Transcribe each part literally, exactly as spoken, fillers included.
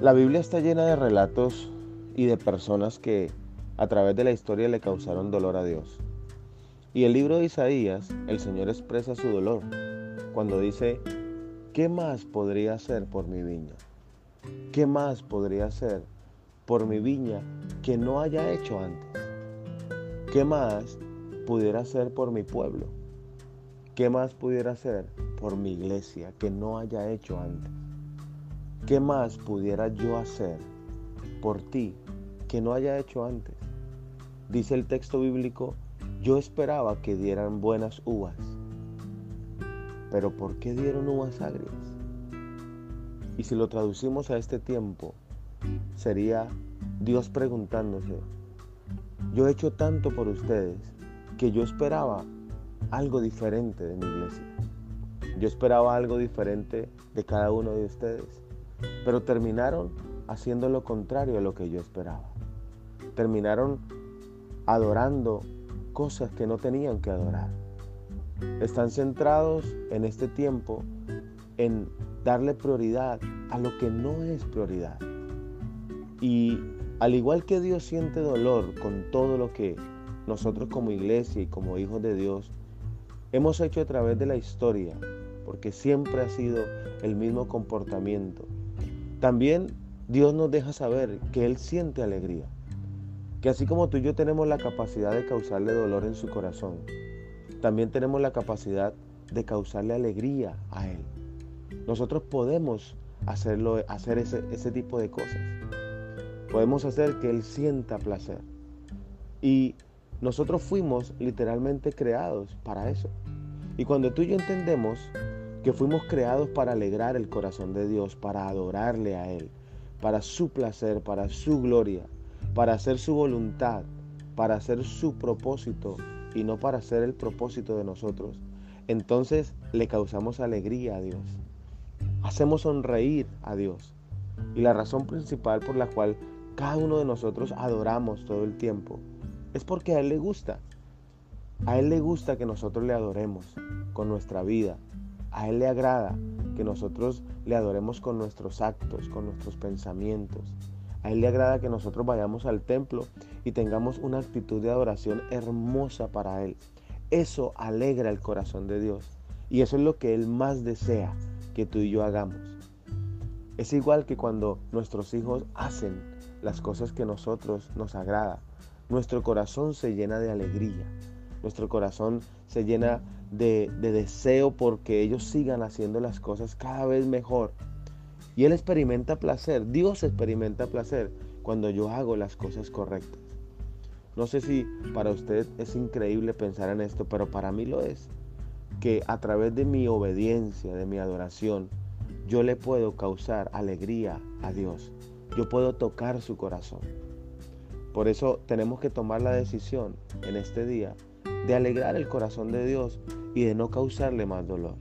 La Biblia está llena de relatos y de personas que a través de la historia le causaron dolor a Dios. Y el libro de Isaías, el Señor expresa su dolor cuando dice: ¿qué más podría hacer por mi viña? ¿Qué más podría hacer por mi viña que no haya hecho antes? ¿Qué más pudiera hacer por mi pueblo? ¿Qué más pudiera hacer por mi iglesia que no haya hecho antes? ¿Qué más pudiera yo hacer por ti que no haya hecho antes? Dice el texto bíblico: yo esperaba que dieran buenas uvas, pero ¿por qué dieron uvas agrias? Y si lo traducimos a este tiempo, sería Dios preguntándose: yo he hecho tanto por ustedes que yo esperaba algo diferente de mi iglesia. Yo esperaba algo diferente de cada uno de ustedes, pero terminaron haciendo lo contrario a lo que yo esperaba. Terminaron adorando cosas que no tenían que adorar. Están centrados en este tiempo en darle prioridad a lo que no es prioridad. Y al igual que Dios siente dolor con todo lo que nosotros como iglesia y como hijos de Dios hemos hecho a través de la historia, porque siempre ha sido el mismo comportamiento, también Dios nos deja saber que Él siente alegría, que así como tú y yo tenemos la capacidad de causarle dolor en su corazón, también tenemos la capacidad de causarle alegría a Él. Nosotros podemos hacerlo, hacer ese, ese tipo de cosas. Podemos hacer que Él sienta placer. Y nosotros fuimos literalmente creados para eso. Y cuando tú y yo entendemos que fuimos creados para alegrar el corazón de Dios, para adorarle a Él, para su placer, para su gloria, para hacer su voluntad, para hacer su propósito y no para hacer el propósito de nosotros, entonces le causamos alegría a Dios. Hacemos sonreír a Dios. Y la razón principal por la cual cada uno de nosotros adoramos todo el tiempo es porque a Él le gusta. A Él le gusta que nosotros le adoremos con nuestra vida. A Él le agrada que nosotros le adoremos con nuestros actos, con nuestros pensamientos. A Él le agrada que nosotros vayamos al templo y tengamos una actitud de adoración hermosa para Él. Eso alegra el corazón de Dios. Y eso es lo que Él más desea que tú y yo hagamos. Es igual que cuando nuestros hijos hacen las cosas que a nosotros nos agrada. Nuestro corazón se llena de alegría. Nuestro corazón se llena de, de deseo porque ellos sigan haciendo las cosas cada vez mejor. Y Él experimenta placer, Dios experimenta placer cuando yo hago las cosas correctas. No sé si para usted es increíble pensar en esto, pero para mí lo es. Que a través de mi obediencia, de mi adoración, yo le puedo causar alegría a Dios. Yo puedo tocar su corazón. Por eso tenemos que tomar la decisión en este día de alegrar el corazón de Dios y de no causarle más dolor.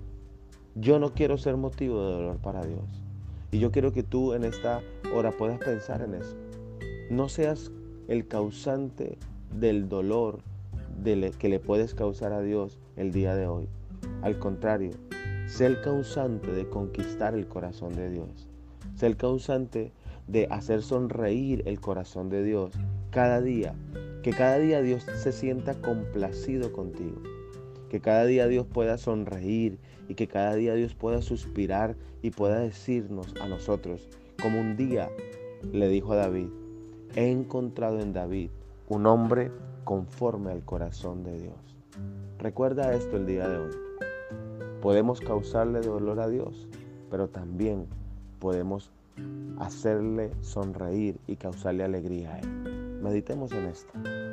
Yo no quiero ser motivo de dolor para Dios. Y yo quiero que tú en esta hora puedas pensar en eso. No seas el causante del dolor que le puedes causar a Dios el día de hoy. Al contrario, sé el causante de conquistar el corazón de Dios. Sé el causante de hacer sonreír el corazón de Dios cada día. Que cada día Dios se sienta complacido contigo. Que cada día Dios pueda sonreír y que cada día Dios pueda suspirar y pueda decirnos a nosotros, como un día le dijo a David: he encontrado en David un hombre conforme al corazón de Dios. Recuerda esto el día de hoy. Podemos causarle dolor a Dios, pero también podemos hacerle sonreír y causarle alegría a Él. Meditemos en esto.